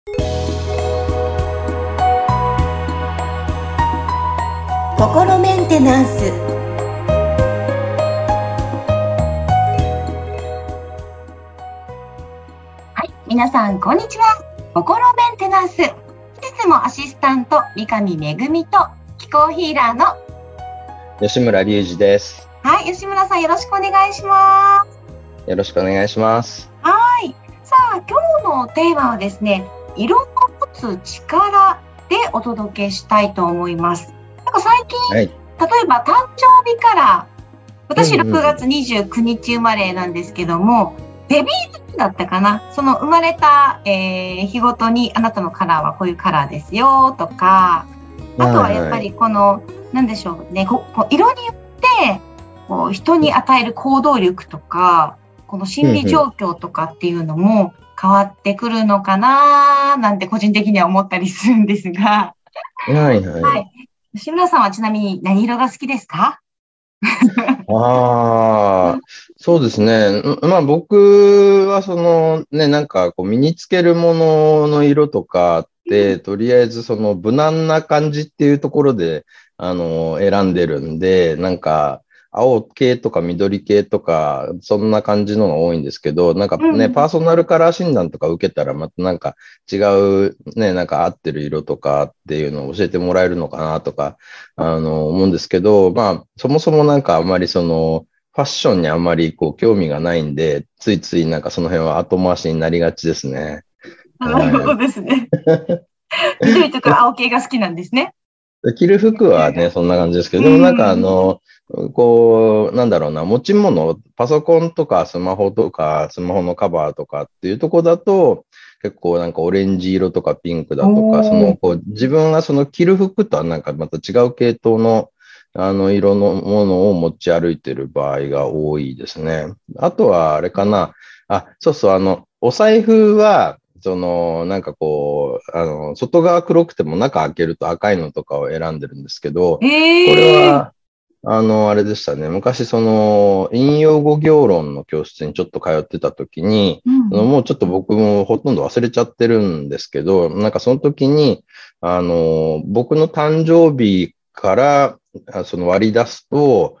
心メンテナンス。はい、皆さんこんにちは。心メンテナンス。本日もアシスタント三上恵と気候ヒーラーの吉村隆二です。 はい、吉村さんよろしくお願いします。 よろしくお願いします。 はい、さあ今日のテーマはですね、色の持つ力でお届けしたいと思います。なんか最近、例えば誕生日カラー、私6月29日生まれなんですけども、ベビーズームだったかな、その生まれた、日ごとにあなたのカラーはこういうカラーですよとか、あとはやっぱりこの、なんでしょうね、色によってこう人に与える行動力とか、この心理状況とかっていうのも変わってくるのかななんて個人的には思ったりするんですが、 はいはい。 はい。吉村さんはちなみに何色が好きですか？ そうですね。まあ僕はそのね、なんかこう身につけるものの色とかって、とりあえずその無難な感じっていうところで、選んでるんで、なんか、青系とか緑系とか、そんな感じのが多いんですけど、なんかね、パーソナルカラー診断とか受けたら、またなんか違うね、なんか合ってる色とかっていうのを教えてもらえるのかなとか、思うんですけど、まあ、そもそもなんかあんまりその、ファッションにあんまりこう興味がないんで、ついついなんかその辺は後回しになりがちですね。 なるほどですね。緑とか青系が好きなんですね。 着る服はね、そんな感じですけど、でもなんかこう、なんだろうな、持ち物、パソコンとかスマホとか、スマホのカバーとかっていうとこだと、結構なんかオレンジ色とかピンクだとか、こう自分がその着る服とはなんかまた違う系統の色のものを持ち歩いてる場合が多いですね。あとはあれかな。そうそう、お財布は、なんかこう、外側黒くても中開けると赤いのとかを選んでるんですけど、これは、あれでしたね。昔、引用語行論の教室にちょっと通ってた時に、もうちょっと僕もほとんど忘れちゃってるんですけど、なんかその時に、僕の誕生日から割り出すと、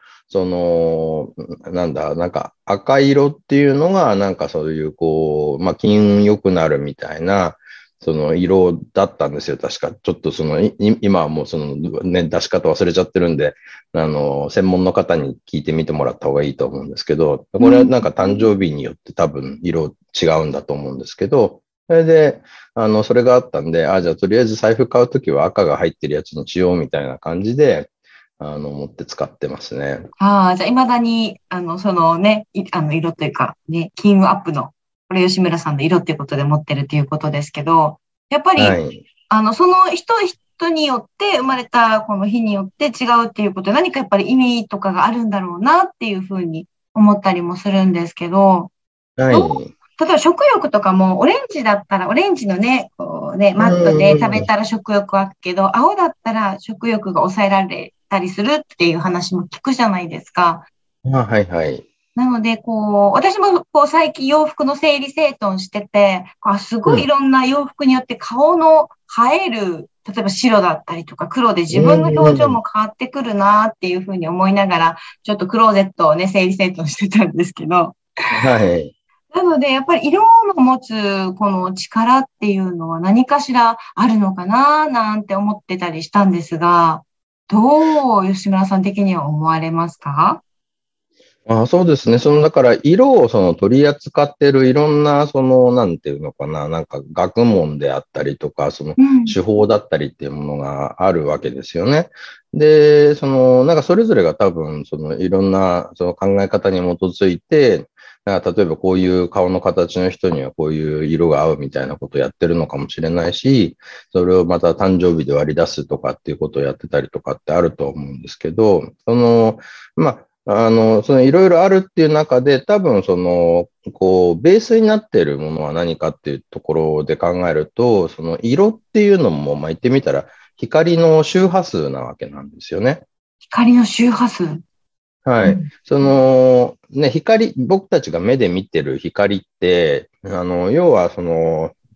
なんか赤色っていうのが、なんかそういう、こう、まあ、金運良くなるみたいな、その色だったんですよ、確か。ちょっと今はもうね、出し方忘れちゃってるんで、専門の方に聞いてみてもらった方がいいと思うんですけど、これはなんか誕生日によって多分色違うんだと思うんですけど、それで、それがあったんで、じゃあとりあえず財布買うときは赤が入ってるやつにしようみたいな感じで、持って使ってますね。 じゃあ、未だに、そのね、色というか、ね、金運アップの、これ吉村さんの色っていうことで持ってるっていうことですけど、やっぱり、 はい。 その人によって生まれたこの日によって違うっていうことで、何かやっぱり意味とかがあるんだろうなっていうふうに思ったりもするんですけど、 はい。 例えば食欲とかも、オレンジだったら、オレンジのね、こうね、マットで食べたら食欲湧くけど、青だったら食欲が抑えられたりするっていう話も聞くじゃないですか。 はいはい。 なので、私も最近洋服の整理整頓してて、すごいいろんな洋服によって顔の映える、例えば白だったりとか黒で自分の表情も変わってくるなっていうふうに思いながら、ちょっとクローゼットをね、整理整頓してたんですけど、 はい。 なので、やっぱり色の持つこの力っていうのは何かしらあるのかななんて思ってたりしたんですが、どう吉村さん的には思われますか？ そうですね。だから、色を取り扱ってるいろんな、なんていうのかな、なんか学問であったりとか、 うん。 手法だったりっていうものがあるわけですよね。で、なんかそれぞれが多分、いろんな、考え方に基づいて、なんか例えばこういう顔の形の人にはこういう色が合うみたいなことをやってるのかもしれないし、それをまた誕生日で割り出すとかっていうことをやってたりとかってあると思うんですけど、まあ、いろいろあるっていう中で、多分こう、ベースになっているものは何かっていうところで考えると、その色っていうのも、まあ、言ってみたら、光の周波数なわけなんですよね。 光の周波数。 はい。 うん。 ね、僕たちが目で見てる光って、要は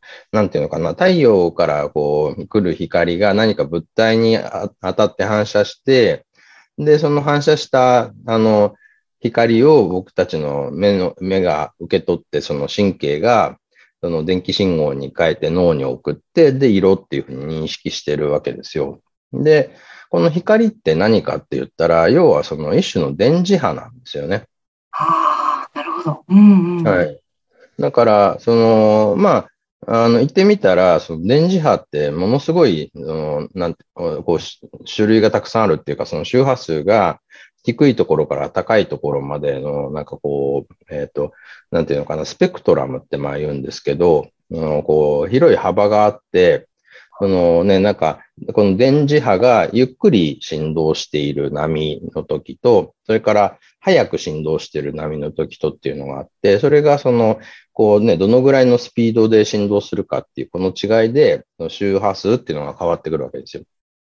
なんていうのかな、太陽からこう来る光が何か物体に当たって反射して、で、その反射した、光を僕たちの目が受け取って、その神経が、その電気信号に変えて脳に送って、で、色っていうふうに認識してるわけですよ。で、この光って何かって言ったら、要はその一種の電磁波なんですよね。 はあ、なるほど。うんうん。 はい。だから、言ってみたら、その電磁波ってものすごい、種類がたくさんあるっていうか、その周波数が低いところから高いところまでの、なんていうのかな、スペクトラムって言うんですけど、広い幅があって、そのね、この電磁波がゆっくり振動している波の時と、それから速く振動している波の時とっていうのがあって、それがどのぐらいのスピードで振動するかっていう、この違いで、周波数っていうのが変わってくるわけですよ。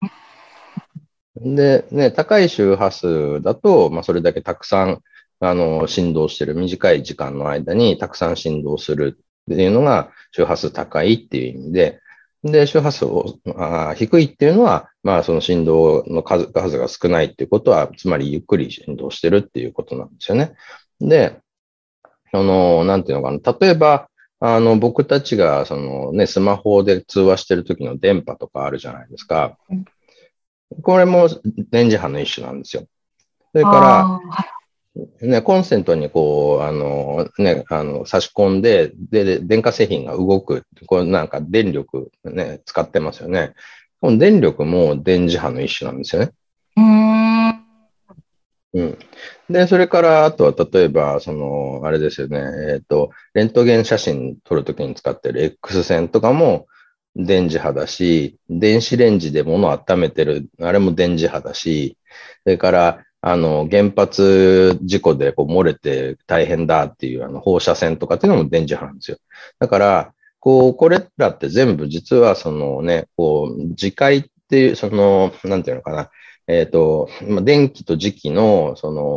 で、ね、高い周波数だと、それだけたくさん、振動してる、短い時間の間にたくさん振動するっていうのが、周波数高いっていう意味で、で、周波数を低いっていうのは、その振動の数が少ないっていうことは、つまりゆっくり振動してるっていうことなんですよね。で、なんていうのかな。例えば、僕たちが、スマホで通話してる時の電波とかあるじゃないですか。これも電磁波の一種なんですよ。それから、 ああ、 ね、コンセントに差し込んで、で、電化製品が動く。これなんか電力ね、使ってますよね。この電力も電磁波の一種なんですよね。 うーん。 うん。で、それから、あとは、例えば、あれですよね、レントゲン写真撮るときに使ってる X 線とかも電磁波だし、電子レンジで物を温めてる、あれも電磁波だし、それから、原発事故でこう漏れて大変だっていう放射線とかっていうのも電磁波なんですよ。だから、これらって全部実は磁界っていう、なんていうのかな、電気と磁気の、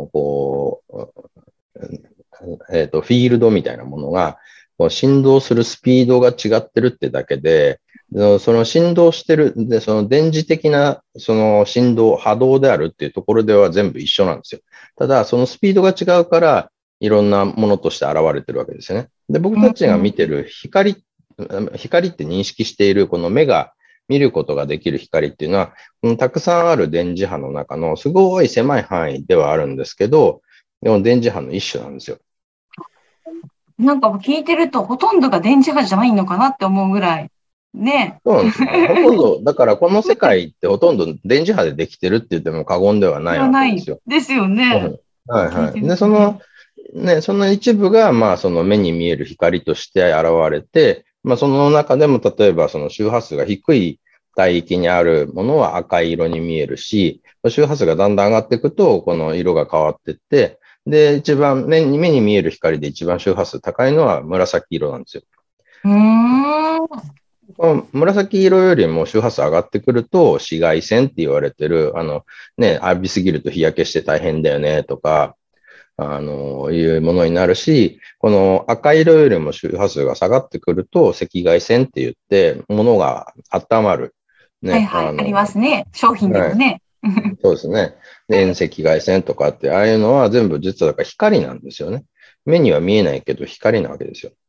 フィールドみたいなものが、振動するスピードが違ってるってだけで、その振動してる、で、その電磁的な、その振動、波動であるっていうところでは全部一緒なんですよ。ただ、そのスピードが違うから、いろんなものとして現れてるわけですよね。で、僕たちが見てる光って認識している、この目が見ることができる光っていうのは、たくさんある電磁波の中のすごい狭い範囲ではあるんですけど、でも電磁波の一種なんですよ。 なんか聞いてるとほとんどが電磁波じゃないのかなって思うぐらい。ね。 そうなんですね。ほとんど、だからこの世界ってほとんど電磁波でできてるって言っても過言ではないではないわけですよ。 ですよね。 うん。はいはい。 聞いてるで、 とね。 その一部が、その目に見える光として現れて、その中でも例えばその周波数が低い帯域にあるものは赤い色に見えるし、周波数がだんだん上がっていくと、この色が変わっていって、で、一番目に見える光で一番周波数高いのは紫色なんですよ。 うーん。 この紫色よりも周波数上がってくると、紫外線って言われてる、浴びすぎると日焼けして大変だよねとか、いうものになるし、この赤色よりも周波数が下がってくると、赤外線って言って、物が温まる。ね、 はいはい。ありますね。商品ではい、 もね。 そうですね。で遠赤外線とかって、ああいうのは全部実はだから光なんですよね。目には見えないけど光なわけですよ。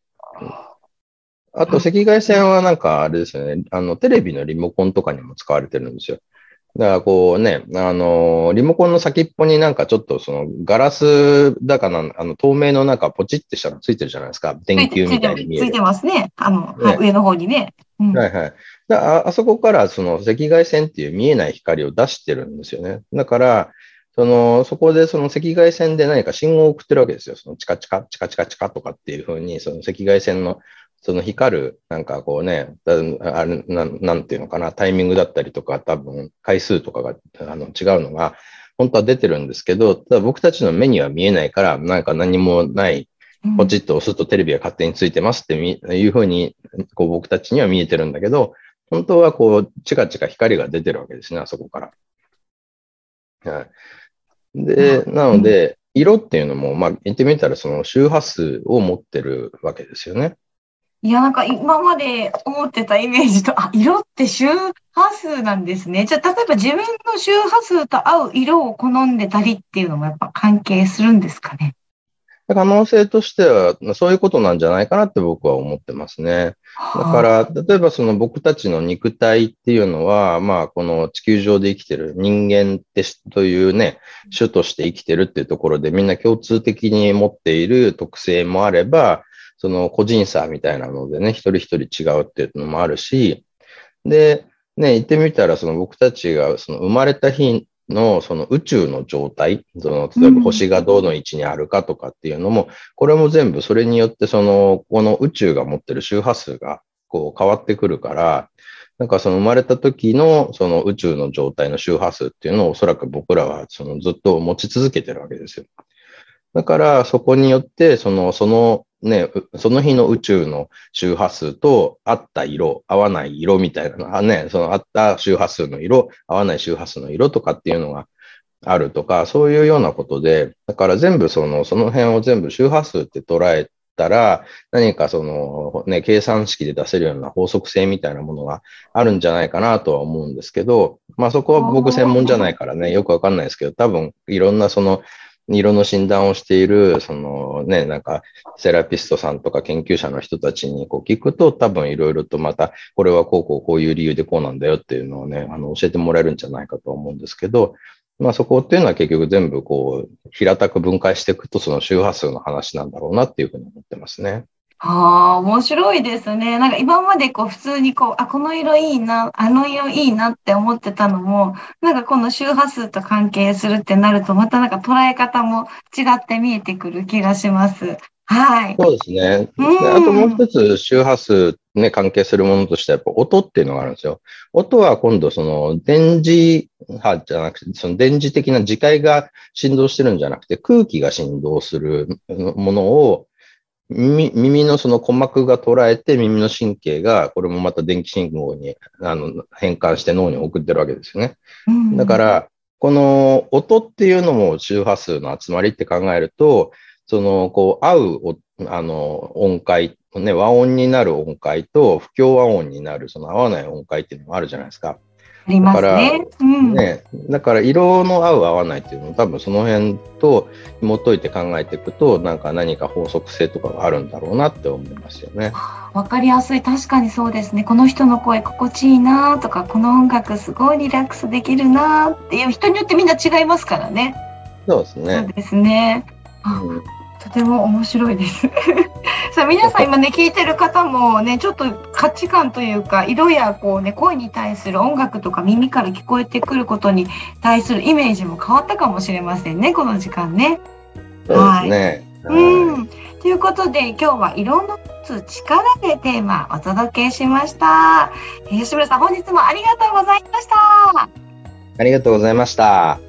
あと赤外線はなんかあれですよね。テレビのリモコンとかにも使われてるんですよ。だからこうね、リモコンの先っぽになんかちょっとそのガラスだかな、透明のなんかポチってしたのついてるじゃないですか。電球みたいに見える。 ついてますね。はい、 ね。 上の方にね。うん。 はいはい。あそこからその赤外線っていう見えない光を出してるんですよね。だから、そこでその赤外線で何か信号を送ってるわけですよ。そのチカチカ、チカチカチカとかっていうふうに、その赤外線のその光る、なんかこうね、あれなんていうのかな、タイミングだったりとか、多分回数とかが違うのが、本当は出てるんですけど、ただ僕たちの目には見えないから、なんか何もない、ポチッと押すとテレビが勝手についてますっていうふうに、こう僕たちには見えてるんだけど、本当はこう、チカチカ光が出てるわけですね、あそこから。はい。で、なうん。 ので、色っていうのも、言ってみたらその周波数を持ってるわけですよね。 いや、なんか今まで思ってたイメージと、色って周波数なんですね。じゃあ、例えば自分の周波数と合う色を好んでたりっていうのもやっぱ関係するんですかね。 可能性としては、そういうことなんじゃないかなって僕は思ってますね。だかはら、例えばその僕たちの肉体っていうのは、まあ、この地球上で生きてる人間ってというね、種として生きてるっていうところでみんな共通的に持っている特性もあれば、その個人差みたいなのでね、一人一人違うっていうのもあるし、で、ね、言ってみたら、その僕たちがその生まれた日のその宇宙の状態、その例えば星がどの位置にあるかとかっていうのも、これも全部それによってその、この宇宙が持ってる周波数がこう変わってくるから、なんかその生まれた時のその宇宙の状態の周波数っていうのをおそらく僕らはそのずっと持ち続けてるわけですよ。だから、そこによって、その日の宇宙の周波数と合った色、合わない色みたいなのがね、その合った周波数の色、合わない周波数の色とかっていうのがあるとか、そういうようなことで、だから全部その辺を全部周波数って捉えたら、何かそのね、計算式で出せるような法則性みたいなものがあるんじゃないかなとは思うんですけど、まあそこは僕専門じゃないからね、よくわかんないですけど、多分いろんなその色の診断をしている、そのね、なんか、セラピストさんとか研究者の人たちにこう聞くと、多分いろいろとまた、これはこういう理由でこうなんだよっていうのをね、教えてもらえるんじゃないかと思うんですけど、まあそこっていうのは結局全部こう、平たく分解していくと、その周波数の話なんだろうなっていうふうに思ってますね。 面白いですね。なんか今までこう普通にこう、この色いいな、あの色いいなって思ってたのも、なんかこの周波数と関係するってなると、またなんか捉え方も違って見えてくる気がします。はい。 そうですね。 うで、あともうん。 一つ周波数ね、関係するものとしてはやっぱ音っていうのがあるんですよ。音は今度その電磁波じゃなくて、その電磁的な磁界が振動してるんじゃなくて空気が振動するものを耳のその鼓膜が捉えて耳の神経がこれもまた電気信号に変換して脳に送ってるわけですよね。 うん。 だから、この音っていうのも周波数の集まりって考えると、その、こう、合う音階、ね、和音になる音階と不協和音になる、その合わない音階っていうのもあるじゃないですか。 ありだから、 ますね。うん。 ね、だから色の合う合わないっていうのも多分その辺と紐解いて考えていくと、なんか何か法則性とかがあるんだろうなって思いますよね。 わかりやすい。確かにそうですね。この人の声心地いいなとか、この音楽すごいリラックスできるなっていう人によってみんな違いますからね。 そうですね。 そうですね。 うん、 とても面白いです。さあ、皆さん今ね、聞いてる方もね、ちょっと価値観というか、色やこうね、声に対する音楽とか耳から聞こえてくることに対するイメージも変わったかもしれませんね、この時間ね。 そうですはい。 ね。 うはん。ということで、今日は色の持つ力でテーマお届けしました。吉村さん、本日もありがとうございました。 い。ありがとうございました。